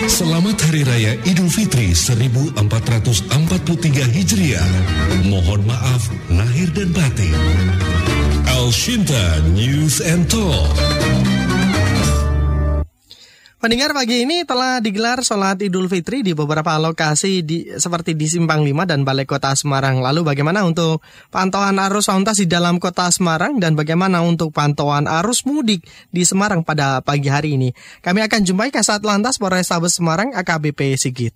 Selamat Hari Raya Idul Fitri 1443 Hijriah. Mohon maaf lahir dan batin. Al Shinta News and Talk. Pendengar, pagi ini telah digelar sholat Idul Fitri di beberapa lokasi seperti di Simpang 5 dan Balai Kota Semarang. Lalu bagaimana untuk pantauan arus lalu lintas di dalam Kota Semarang dan bagaimana untuk pantauan arus mudik di Semarang pada pagi hari ini? Kami akan jumpai Kasat Lantas Polrestabes Semarang AKBP Sigit.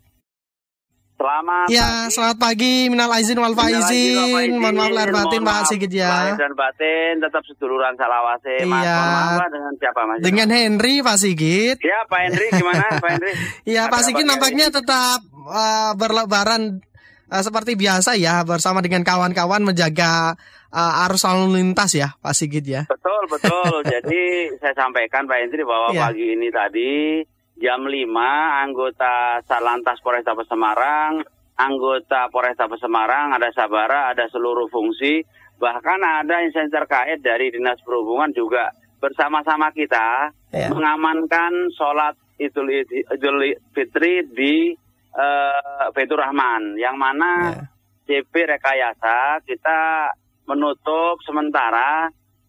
Selamat pagi. Selamat pagi. Minal aizin wal faizin. Mohon maaf lahir batin Pak Sigit ya. Lahir dan batin tetap seduluran salawase. Mas, mohon dengan siapa Mas? Dengan Henry Pak Sigit. Ya Pak Henry, gimana Pak Henry? Iya Pak Sigit nampaknya tetap berlebaran seperti biasa ya, bersama dengan kawan-kawan menjaga arus lalu lintas ya Pak Sigit ya. Betul. Jadi saya sampaikan Pak Henry bahwa pagi ini tadi jam 5 anggota Satlantas Polrestabes Semarang, anggota Polrestabes Semarang, ada Sabara, ada seluruh fungsi, bahkan ada instansi terkait dari Dinas Perhubungan juga bersama-sama kita mengamankan sholat Idul Fitri di Baitur Rahman, yang mana CP Rekayasa kita menutup sementara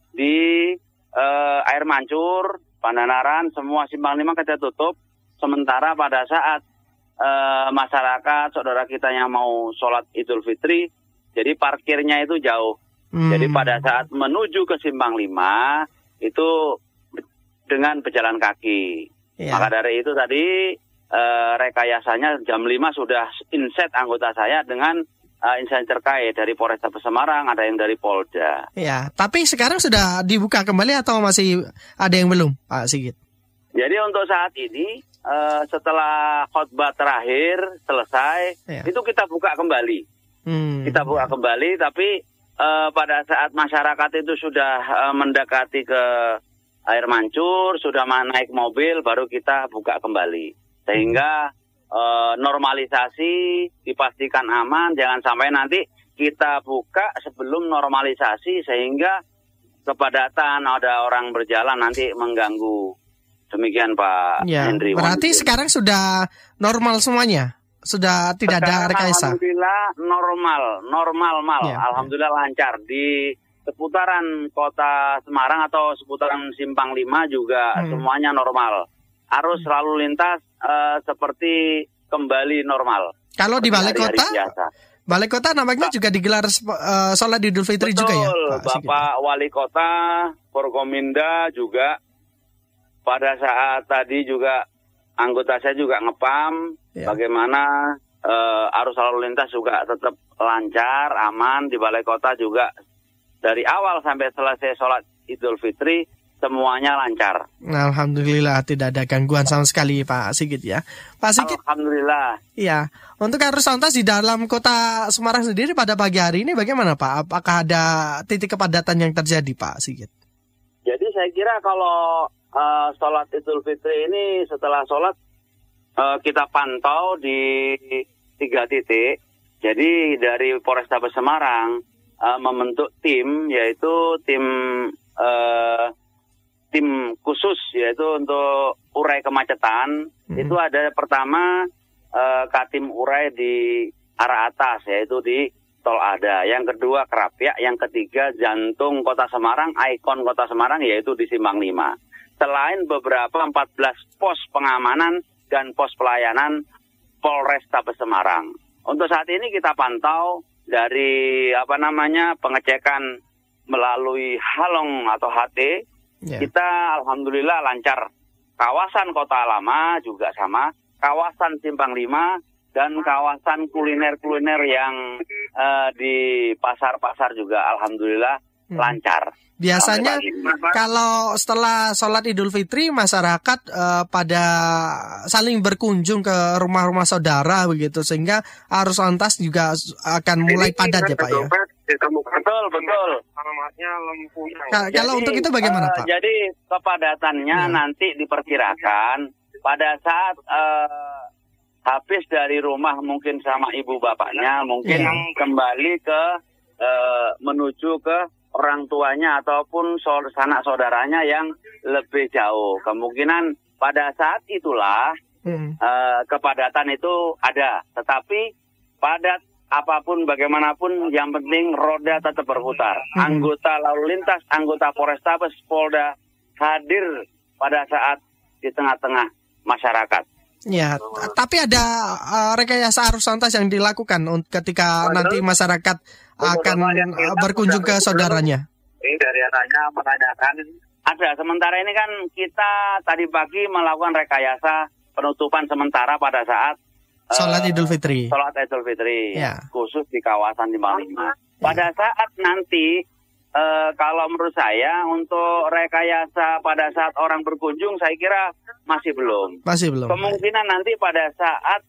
di Air Mancur, Pandanaran, semua Simpang 5 kita tutup. Sementara pada saat masyarakat, saudara kita yang mau sholat Idul Fitri, jadi parkirnya itu jauh. Jadi pada saat menuju ke Simpang 5, itu dengan berjalan kaki. Maka dari itu tadi rekayasanya jam 5 sudah inset anggota saya dengan instansi terkait dari Polrestabes Semarang, ada yang dari Polda. Ya, tapi sekarang sudah dibuka kembali atau masih ada yang belum, Pak Sigit? Jadi untuk saat ini setelah khotbah terakhir selesai, itu kita buka kembali. Kita buka kembali, tapi pada saat masyarakat itu sudah mendekati ke Air Mancur, sudah naik mobil, baru kita buka kembali. Sehingga normalisasi dipastikan aman, jangan sampai nanti kita buka sebelum normalisasi sehingga kepadatan ada orang berjalan nanti mengganggu. Demikian Pak Henry. Berarti sekarang sudah normal semuanya? Sudah tidak ada rekayasa? Alhamdulillah normal. Alhamdulillah lancar. Di seputaran Kota Semarang atau seputaran Simpang 5 juga semuanya normal. Arus lalu lintas seperti kembali normal. Kalau di Balai Kota? Balai Kota nampaknya juga digelar sholat Idul Fitri juga ya? Betul, Bapak Wali Kota, Forkominda juga. Pada saat tadi juga anggota saya juga ngepam bagaimana arus lalu lintas juga tetap lancar, aman. Di Balai Kota juga dari awal sampai selesai sholat Idul Fitri semuanya lancar. Alhamdulillah tidak ada gangguan sama sekali Pak Sigit ya. Pak Sigit. Alhamdulillah. Iya. Untuk arus lalu lintas di dalam Kota Semarang sendiri pada pagi hari ini bagaimana Pak? Apakah ada titik kepadatan yang terjadi Pak Sigit? Jadi saya kira kalau sholat Idul Fitri ini setelah sholat kita pantau di 3 titik. Jadi dari Polrestabes Semarang membentuk tim, yaitu tim khusus, yaitu untuk urai kemacetan. Itu ada pertama Katim urai di arah atas, yaitu di Tol Ada. Yang kedua Kerapia, yang ketiga jantung Kota Semarang, ikon Kota Semarang, yaitu di Simpang 5. Selain beberapa 14 pos pengamanan dan pos pelayanan Polrestabes Semarang. Untuk saat ini kita pantau dari pengecekan melalui Halong atau HT. Kita alhamdulillah lancar. Kawasan Kota Lama juga sama, kawasan Simpang 5 dan kawasan kuliner-kuliner yang di pasar-pasar juga alhamdulillah lancar. Biasanya kalau setelah sholat Idul Fitri masyarakat pada saling berkunjung ke rumah-rumah saudara begitu, sehingga arus lalu lintas juga akan mulai padat ya Pak ya. Betul. Kalau untuk itu bagaimana Pak? Jadi kepadatannya nanti diperkirakan pada saat habis dari rumah mungkin sama ibu bapaknya, mungkin kembali ke menuju ke orang tuanya ataupun sanak saudaranya yang lebih jauh. Kemungkinan pada saat itulah kepadatan itu ada. Tetapi padat apapun bagaimanapun, yang penting roda tetap berputar. Anggota lalu lintas, anggota Polrestabes, Polda hadir pada saat di tengah-tengah masyarakat. Ya, tapi ada rekayasa arus lantas yang dilakukan ketika nanti masyarakat akan berkunjung ke saudaranya. Ini dari anaknya menanyakan. Ada, sementara ini kan kita tadi pagi melakukan rekayasa penutupan sementara pada saat Sholat Idul Fitri. Sholat Idul Fitri, khusus di kawasan 55. Pada saat nanti, kalau menurut saya untuk rekayasa pada saat orang berkunjung, saya kira masih belum. Kemungkinan nanti pada saat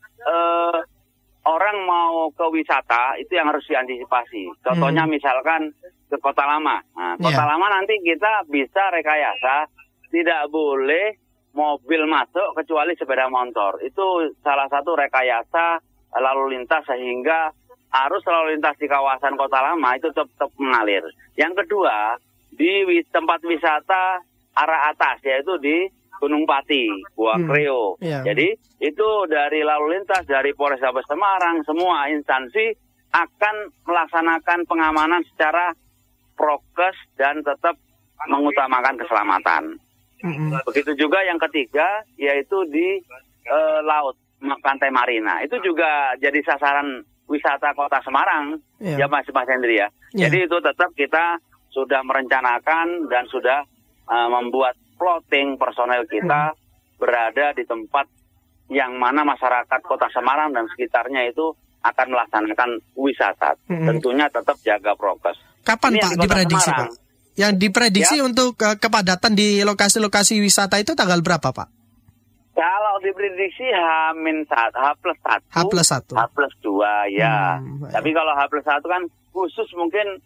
orang mau ke wisata, itu yang harus diantisipasi. Contohnya misalkan ke Kota Lama. Nah, Kota Lama nanti kita bisa rekayasa, tidak boleh mobil masuk kecuali sepeda motor. Itu salah satu rekayasa lalu lintas sehingga arus lalu lintas di kawasan Kota Lama itu tetap mengalir. Yang kedua, di tempat wisata arah atas, yaitu di Gunung Pati, Gua Kreo. Jadi itu dari lalu lintas, dari Polrestabes Semarang, semua instansi akan melaksanakan pengamanan secara prokes dan tetap mengutamakan keselamatan. Begitu juga yang ketiga, yaitu di laut, Pantai Marina. Itu juga jadi sasaran wisata Kota Semarang, ya Mas Hendri ya. Jadi itu tetap kita sudah merencanakan dan sudah membuat plotting personel kita berada di tempat yang mana masyarakat Kota Semarang dan sekitarnya itu akan melaksanakan wisata. Tentunya tetap jaga prokes. Kapan Pak diprediksi Pak? Yang diprediksi untuk kepadatan di lokasi-lokasi wisata itu tanggal berapa Pak? Kalau diprediksi H-1, H+1, H+2 ya. Tapi kalau H+1 kan khusus mungkin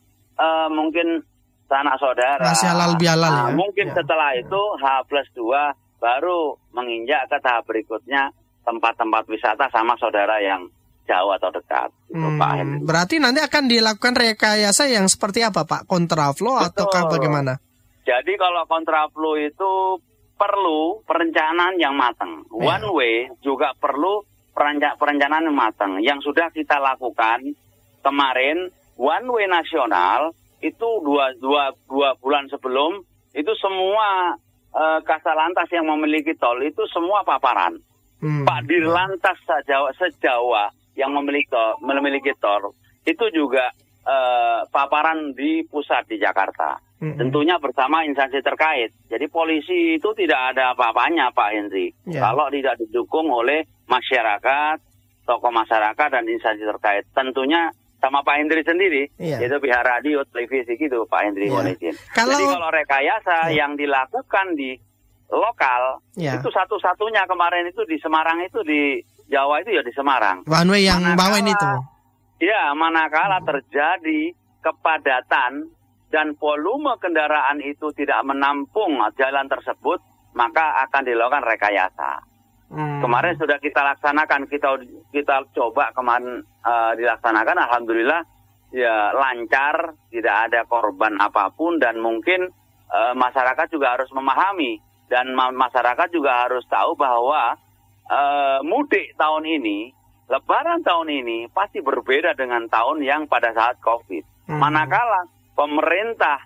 sanak saudara. Masih halal bihalal ya. Mungkin setelah itu H+2 baru menginjak ke tahap berikutnya tempat-tempat wisata sama saudara yang jauh atau dekat. Berarti nanti akan dilakukan rekayasa yang seperti apa Pak? Kontraflow ataukah bagaimana? Jadi kalau kontraflow itu perlu perencanaan yang matang. One way juga perlu perencanaan yang matang. Yang sudah kita lakukan kemarin, one way nasional itu dua bulan sebelum itu semua Kasalantas yang memiliki tol itu semua paparan. Pak Dirlantas sejauh yang memiliki tol itu juga paparan di pusat di Jakarta. Tentunya bersama instansi terkait. Jadi polisi itu tidak ada apa-apanya Pak Henry. Kalau tidak didukung oleh masyarakat, tokoh masyarakat dan instansi terkait. Tentunya sama Pak Henry sendiri, yaitu pihak radio, televisi gitu Pak Henry Monizin. Jadi kalau rekayasa yang dilakukan di lokal, itu satu-satunya kemarin itu di Semarang itu di Jawa itu ya di Semarang. One way yang bawain itu. Ya, manakala terjadi kepadatan dan volume kendaraan itu tidak menampung jalan tersebut, maka akan dilakukan rekayasa. Kemarin sudah kita laksanakan, kita coba kemarin dilaksanakan, alhamdulillah ya lancar, tidak ada korban apapun dan mungkin masyarakat juga harus memahami dan masyarakat juga harus tahu bahwa mudik tahun ini, Lebaran tahun ini pasti berbeda dengan tahun yang pada saat COVID. Manakala pemerintah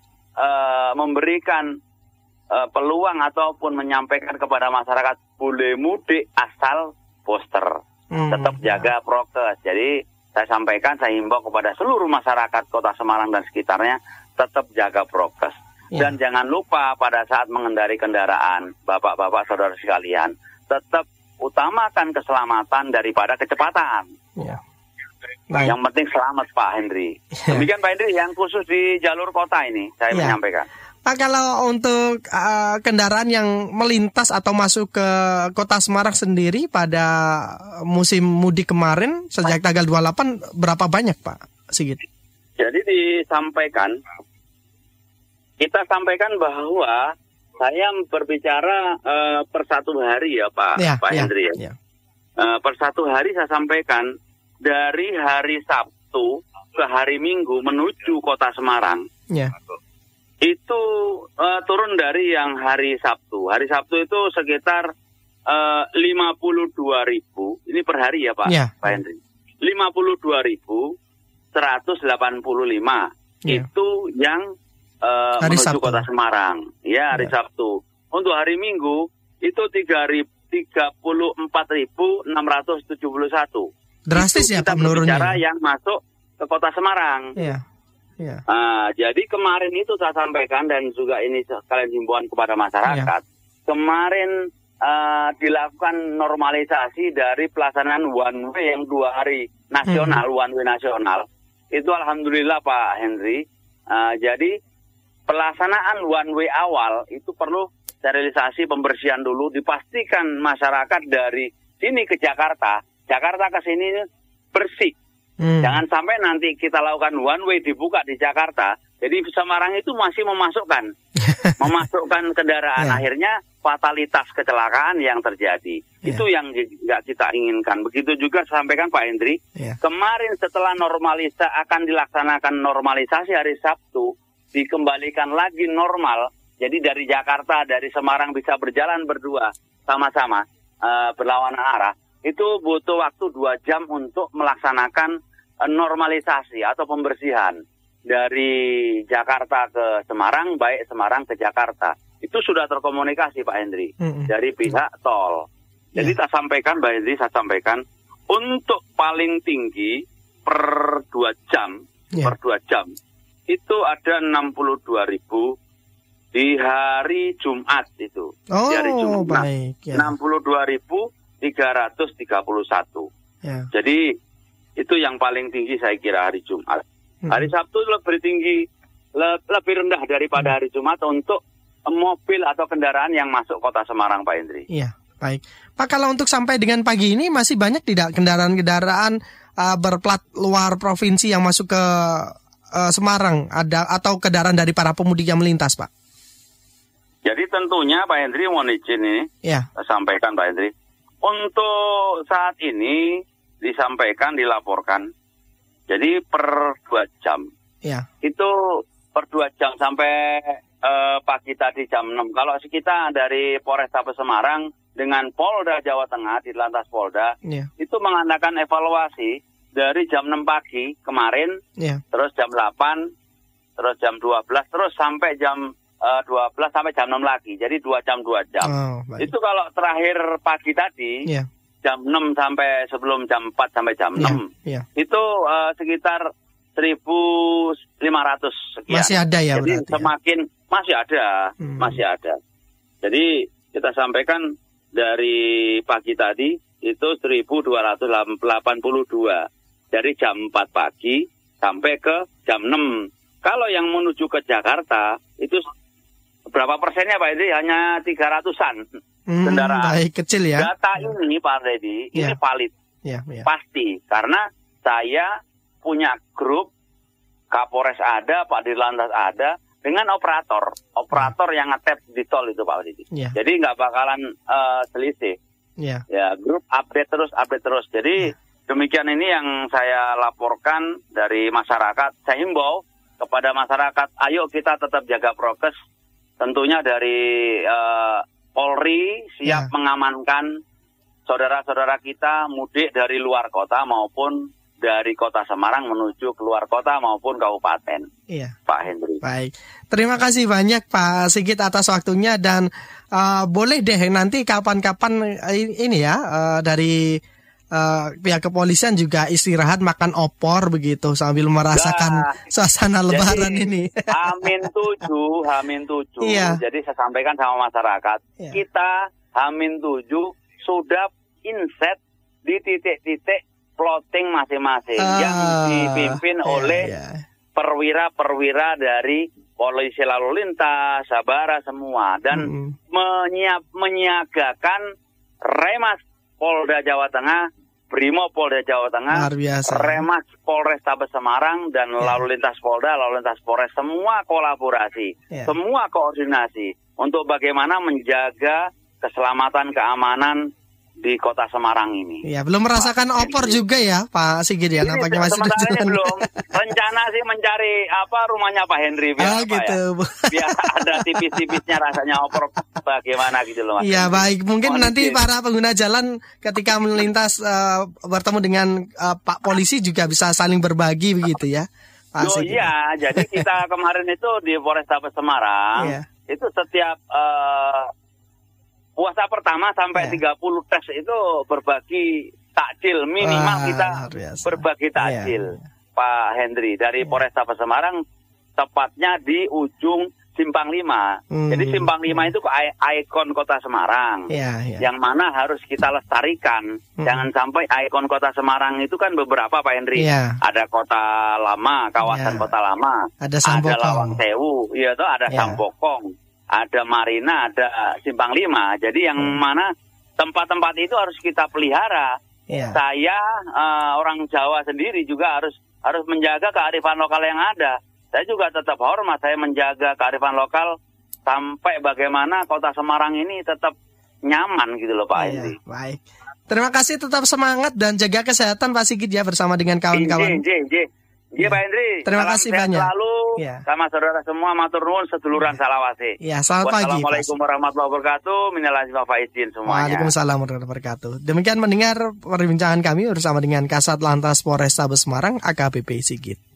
memberikan peluang ataupun menyampaikan kepada masyarakat boleh mudik asal booster, tetap jaga prokes. Jadi saya sampaikan, saya himbau kepada seluruh masyarakat Kota Semarang dan sekitarnya tetap jaga prokes. Dan jangan lupa pada saat mengendari kendaraan, bapak-bapak saudara sekalian, tetap utamakan keselamatan daripada kecepatan. Yang penting selamat Pak Henry. Demikian Pak Henry yang khusus di jalur kota ini saya menyampaikan. Pak, kalau untuk kendaraan yang melintas atau masuk ke Kota Semarang sendiri pada musim mudik kemarin sejak tanggal 28 berapa banyak Pak Sigit? Jadi kita sampaikan bahwa saya berbicara per satu hari ya Pak Hendri ya. Per satu hari saya sampaikan dari hari Sabtu ke hari Minggu menuju Kota Semarang. Itu turun dari yang hari Sabtu. Hari Sabtu itu sekitar 52.000, ini per hari ya Pak, Pak Henry. 52.185 itu yang menuju Kota Semarang, ya hari Sabtu. Untuk hari Minggu itu 34.671. Drastis itu ya Pak menurunnya. Bicara yang masuk ke Kota Semarang. Jadi kemarin itu saya sampaikan dan juga ini sekalian himbauan kepada masyarakat. Kemarin dilakukan normalisasi dari pelaksanaan one way yang 2 hari nasional, one way nasional. Itu alhamdulillah Pak Henry. Jadi pelaksanaan one way awal itu perlu sterilisasi, pembersihan dulu, dipastikan masyarakat dari sini ke Jakarta ke sini bersih. Jangan sampai nanti kita lakukan one way dibuka di Jakarta, jadi Semarang itu masih memasukkan kendaraan, akhirnya fatalitas kecelakaan yang terjadi. Itu yang nggak kita inginkan. Begitu juga sampaikan Pak Hendri, kemarin setelah akan dilaksanakan normalisasi hari Sabtu, dikembalikan lagi normal. Jadi dari Jakarta, dari Semarang bisa berjalan berdua sama-sama berlawanan arah. Itu butuh waktu 2 jam untuk melaksanakan normalisasi atau pembersihan dari Jakarta ke Semarang, baik Semarang ke Jakarta. Itu sudah terkomunikasi Pak Hendri dari pihak tol. Jadi saya sampaikan untuk paling tinggi per 2 jam, itu ada 62.000 di hari Jumat itu. Di hari Jumat. Baik, 62.331. Jadi itu yang paling tinggi saya kira hari Jumat. Hari Sabtu lebih tinggi, lebih rendah daripada hari Jumat untuk mobil atau kendaraan yang masuk Kota Semarang, Pak Hendri. Iya, baik. Pak, kalau untuk sampai dengan pagi ini masih banyak tidak kendaraan-kendaraan berplat luar provinsi yang masuk ke Semarang atau kendaraan dari para pemudik yang melintas, Pak? Jadi tentunya Pak Hendri mohon izin ini saya sampaikan Pak Hendri. Untuk saat ini dilaporkan. Jadi per 2 jam. Itu per 2 jam sampai pagi tadi jam 6. Kalau kita dari Polrestabes Semarang dengan Polda Jawa Tengah di Lantas Polda itu mengadakan evaluasi dari jam 6 pagi kemarin, terus jam 8, terus jam 12, terus sampai jam 12 sampai jam 6 lagi. Jadi 2 jam. Itu kalau terakhir pagi tadi jam 6 sampai sebelum jam 4 sampai jam 6 itu sekitar 1.500 sekian. Masih ada ya. Jadi semakin masih ada. Jadi kita sampaikan dari pagi tadi itu 1.282 dari jam 4 pagi sampai ke jam 6. Kalau yang menuju ke Jakarta itu berapa persennya Pak Edi? Hanya 300-an kendaraan. Baik, kecil ya. Data ini Pak Edi, ini valid. Pasti, karena saya punya grup, Kapolres ada, Pak Dirlantas ada, dengan operator yang ngetap di tol itu Pak Edi. Jadi nggak bakalan selisih. Ya, grup update terus. Jadi demikian ini yang saya laporkan dari masyarakat. Saya himbau kepada masyarakat, ayo kita tetap jaga prokes. Tentunya dari Polri siap mengamankan saudara-saudara kita mudik dari luar kota maupun dari Kota Semarang menuju keluar kota maupun kabupaten. Pak Hendri. Baik, terima kasih banyak Pak Sigit atas waktunya dan boleh deh nanti kapan-kapan ini ya dari pihak kepolisian juga istirahat makan opor begitu sambil merasakan suasana Lebaran ini. Hamin 7. Jadi saya sampaikan sama masyarakat, kita Hamin 7 sudah inset di titik-titik plotting masing-masing yang dipimpin oleh perwira-perwira dari polisi lalu lintas, Sabara semua dan menyiagakan Remas Polda Jawa Tengah, Brimob Polda Jawa Tengah, Remas Polrestabes Semarang dan lalu lintas Polda, lalu lintas Polres, semua kolaborasi, semua koordinasi untuk bagaimana menjaga keselamatan keamanan di Kota Semarang ini. Ya, belum merasakan opor juga ya, Pak Sigit ya? Nampaknya masih belum. Rencana sih mencari rumahnya Pak Henry biar gitu. Biar ada tipis-tipisnya rasanya opor bagaimana gitu loh Mas. Ya, baik. Mungkin nanti para pengguna jalan ketika melintas bertemu dengan Pak Polisi juga bisa saling berbagi begitu ya. Pak Sigit. Iya, jadi kita kemarin itu di Polrestabes Semarang itu setiap puasa pertama sampai 30 tes itu berbagi takjil, minimal kita berbagi takjil. Pak Henry dari Polrestabes Semarang, tepatnya di ujung Simpang 5. Jadi Simpang 5 itu ikon Kota Semarang, yang mana harus kita lestarikan. Jangan sampai ikon Kota Semarang itu kan beberapa Pak Henry. Ada Kota Lama, kawasan Kota Lama, ada Lawang Sewu, ada Sampokong, ada Marina, ada Simpang 5. Jadi yang mana tempat-tempat itu harus kita pelihara. Saya orang Jawa sendiri juga harus menjaga kearifan lokal yang ada. Saya juga tetap hormat, saya menjaga kearifan lokal sampai bagaimana Kota Semarang ini tetap nyaman gitu loh Pak Henry. Baik. Terima kasih, tetap semangat dan jaga kesehatan Pak Sigit ya bersama dengan kawan-kawan. Iya Pak Henry. Terima kasih banyak. Selalu sama saudara semua, matur nuwun seduluran salawase. Selamat pagi. Wassalamualaikum warahmatullahi wabarakatuh. Minal aidin wal faizin semuanya. Waalaikumsalam warahmatullahi wabarakatuh. Demikian mendengar perbincangan kami bersama dengan Kasat Lantas Polrestabes Semarang AKBP Sigit.